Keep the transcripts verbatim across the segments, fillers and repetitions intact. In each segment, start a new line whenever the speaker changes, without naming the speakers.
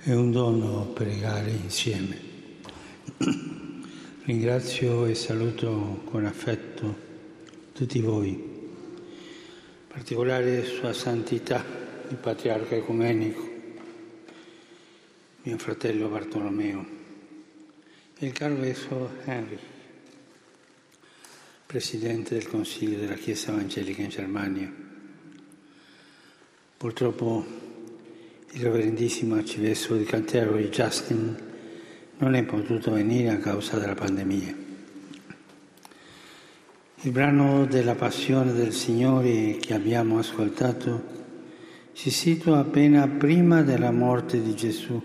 È un dono pregare insieme. Ringrazio e saluto con affetto tutti voi, in particolare Sua Santità, il Patriarca Ecumenico, mio fratello Bartolomeo, e il caro vescovo Henry, Presidente del Consiglio della Chiesa Evangelica in Germania. Purtroppo il Reverendissimo Arcivescovo di Canterbury, Justin, non è potuto venire a causa della pandemia. Il brano della Passione del Signore che abbiamo ascoltato si situa appena prima della morte di Gesù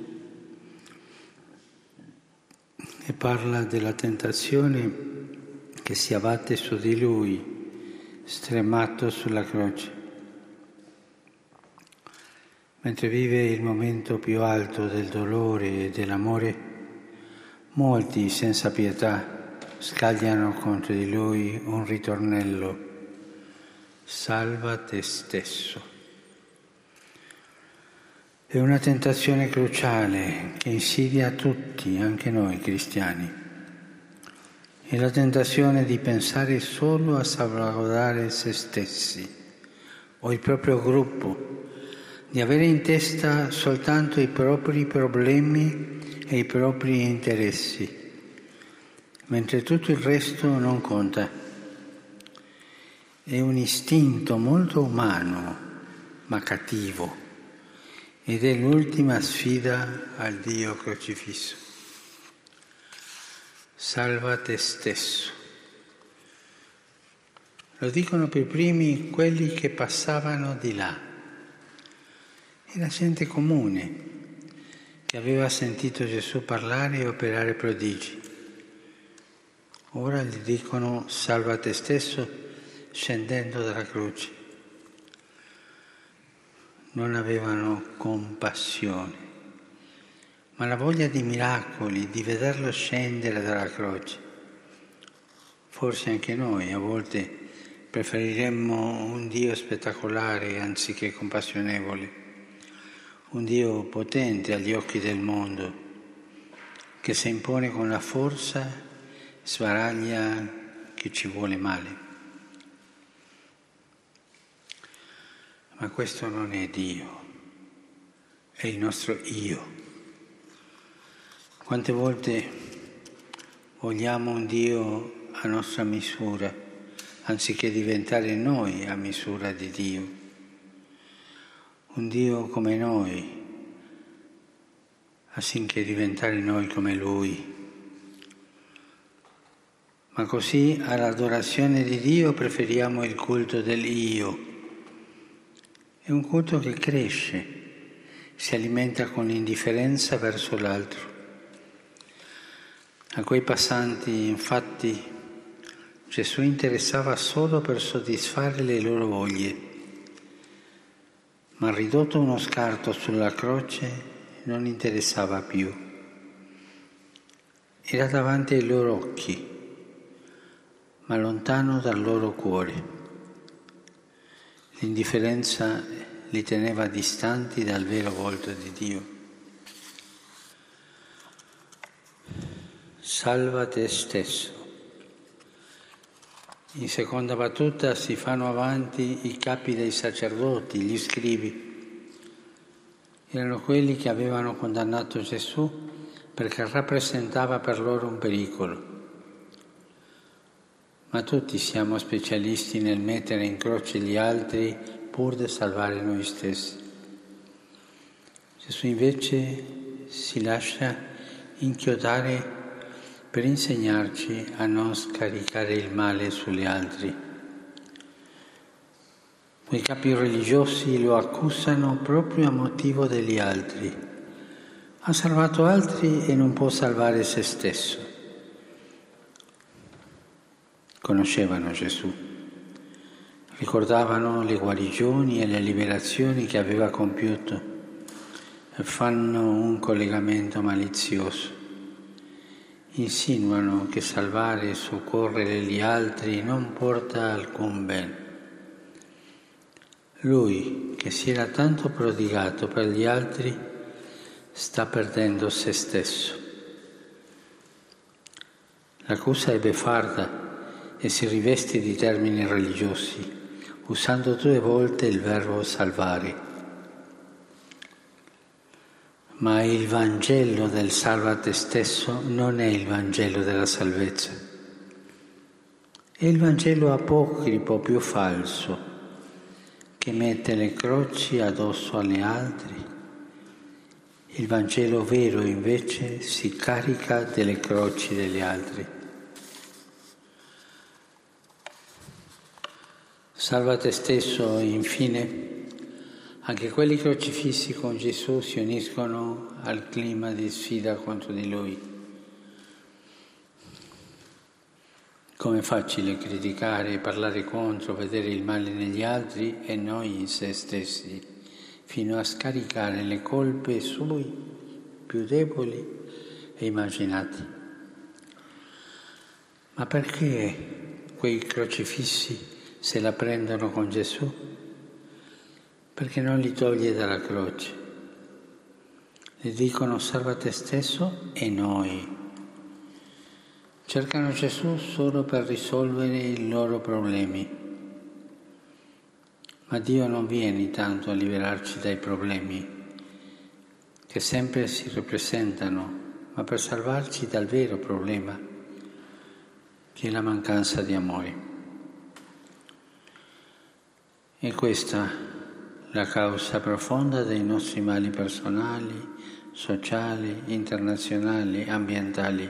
e parla della tentazione che si abbatte su di Lui, stremato sulla croce. Mentre vive il momento più alto del dolore e dell'amore, molti senza pietà scagliano contro di Lui un ritornello: salva te stesso. È una tentazione cruciale che insidia tutti, anche noi cristiani. È la tentazione di pensare solo a salvaguardare se stessi o il proprio gruppo, di avere in testa soltanto i propri problemi e i propri interessi, mentre tutto il resto non conta. È un istinto molto umano, ma cattivo, ed è l'ultima sfida al Dio crocifisso. Salva te stesso. Lo dicono per primi quelli che passavano di là. Era gente comune che aveva sentito Gesù parlare e operare prodigi. Ora gli dicono salva te stesso scendendo dalla croce. Non avevano compassione, ma la voglia di miracoli, di vederlo scendere dalla croce. Forse anche noi a volte preferiremmo un Dio spettacolare anziché compassionevole. Un Dio potente agli occhi del mondo, che si impone con la forza, sbaraglia chi ci vuole male. Ma questo non è Dio, è il nostro io. Quante volte vogliamo un Dio a nostra misura, anziché diventare noi a misura di Dio. Un Dio come noi, affinché diventare noi come Lui. Ma così all'adorazione di Dio preferiamo il culto del io. È un culto che cresce, si alimenta con l'indifferenza verso l'altro. A quei passanti, infatti, Gesù interessava solo per soddisfare le loro voglie. Ma ridotto uno scarto sulla croce non interessava più. Era davanti ai loro occhi, ma lontano dal loro cuore. L'indifferenza li teneva distanti dal vero volto di Dio. Salva te stesso. In seconda battuta si fanno avanti i capi dei sacerdoti, gli scribi. Erano quelli che avevano condannato Gesù perché rappresentava per loro un pericolo. Ma tutti siamo specialisti nel mettere in croce gli altri pur di salvare noi stessi. Gesù invece si lascia inchiodare per insegnarci a non scaricare il male sugli altri. Quei capi religiosi lo accusano proprio a motivo degli altri. Ha salvato altri e non può salvare se stesso. Conoscevano Gesù, ricordavano le guarigioni e le liberazioni che aveva compiuto e fanno un collegamento malizioso. Insinuano che salvare e soccorrere gli altri non porta alcun bene. Lui, che si era tanto prodigato per gli altri, sta perdendo se stesso. L'accusa è beffarda e si riveste di termini religiosi, usando due volte il verbo salvare. Ma il Vangelo del salva te stesso non è il Vangelo della salvezza. È il Vangelo apocrifo più falso, che mette le croci addosso agli altri. Il Vangelo vero, invece, si carica delle croci degli altri. Salva te stesso, infine. Anche quelli crocifissi con Gesù si uniscono al clima di sfida contro di Lui. Com'è facile criticare, parlare contro, vedere il male negli altri e noi in se stessi, fino a scaricare le colpe sui più deboli e immaginati. Ma perché quei crocifissi se la prendono con Gesù? Perché non li toglie dalla croce. Le dicono salva te stesso e noi. Cercano Gesù solo per risolvere i loro problemi. Ma Dio non viene tanto a liberarci dai problemi, che sempre si ripresentano, ma per salvarci dal vero problema, che è la mancanza di amore. E questa la causa profonda dei nostri mali personali, sociali, internazionali, ambientali.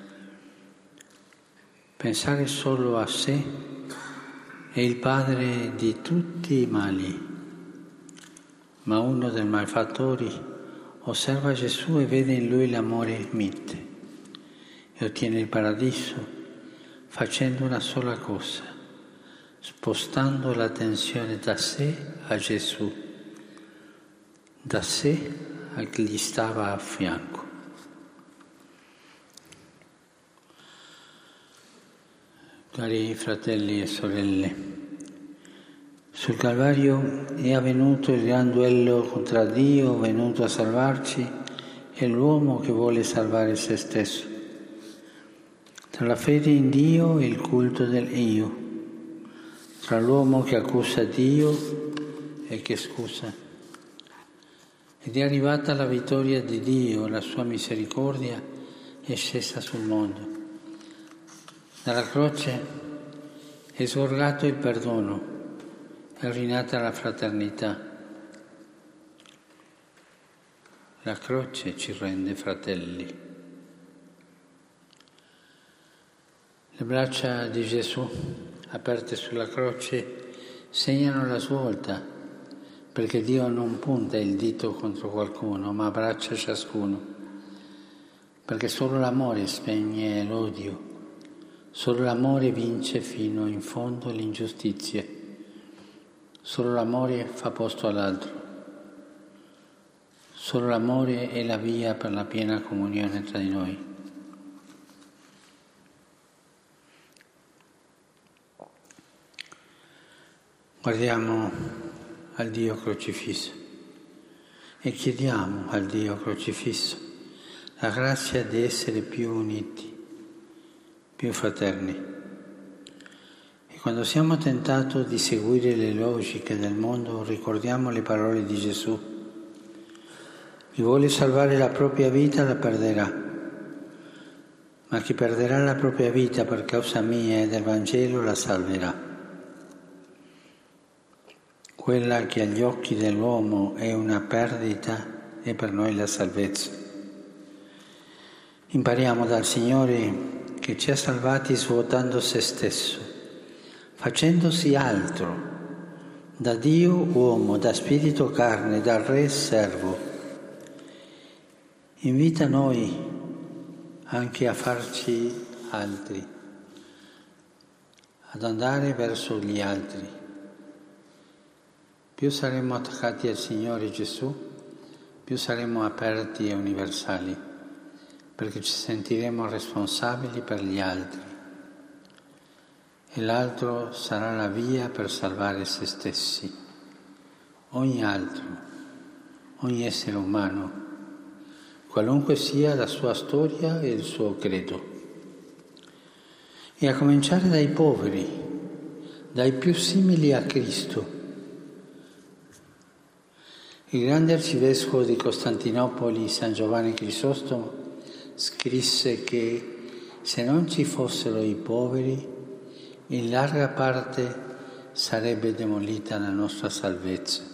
Pensare solo a sé è il padre di tutti i mali, ma uno dei malfattori osserva Gesù e vede in lui l'amore mite e ottiene il paradiso facendo una sola cosa: spostando l'attenzione da sé a Gesù, da sé a chi gli stava a fianco. Cari fratelli e sorelle, sul Calvario è avvenuto il gran duello tra Dio venuto a salvarci e l'uomo che vuole salvare se stesso, tra la fede in Dio e il culto del Io, tra l'uomo che accusa Dio e che scusa. Ed è arrivata la vittoria di Dio, la sua misericordia è scesa sul mondo. Dalla croce è sgorgato il perdono, è rinata la fraternità. La croce ci rende fratelli. Le braccia di Gesù, aperte sulla croce, segnano la svolta, perché Dio non punta il dito contro qualcuno, ma abbraccia ciascuno, perché solo l'amore spegne l'odio, solo l'amore vince fino in fondo l'ingiustizia, solo l'amore fa posto all'altro, solo l'amore è la via per la piena comunione tra di noi. Guardiamo al Dio crocifisso e chiediamo al Dio crocifisso la grazia di essere più uniti, più fraterni. E quando siamo tentati di seguire le logiche del mondo, ricordiamo le parole di Gesù: chi vuole salvare la propria vita la perderà, ma chi perderà la propria vita per causa mia e del Vangelo la salverà. Quella che agli occhi dell'uomo è una perdita è per noi la salvezza. Impariamo dal Signore che ci ha salvati svuotando se stesso, facendosi altro, da Dio uomo, da spirito carne, da Re servo. Invita noi anche a farci altri, ad andare verso gli altri. Più saremo attaccati al Signore Gesù, più saremo aperti e universali, perché ci sentiremo responsabili per gli altri. E l'altro sarà la via per salvare se stessi. Ogni altro, ogni essere umano qualunque sia la sua storia e il suo credo. E a cominciare dai poveri, dai più simili a Cristo. Il grande arcivescovo di Costantinopoli, San Giovanni Crisostomo, scrisse che se non ci fossero i poveri, in larga parte sarebbe demolita la nostra salvezza.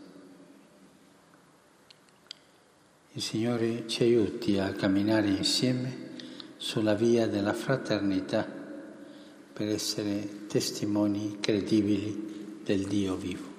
Il Signore ci aiuti a camminare insieme sulla via della fraternità per essere testimoni credibili del Dio vivo.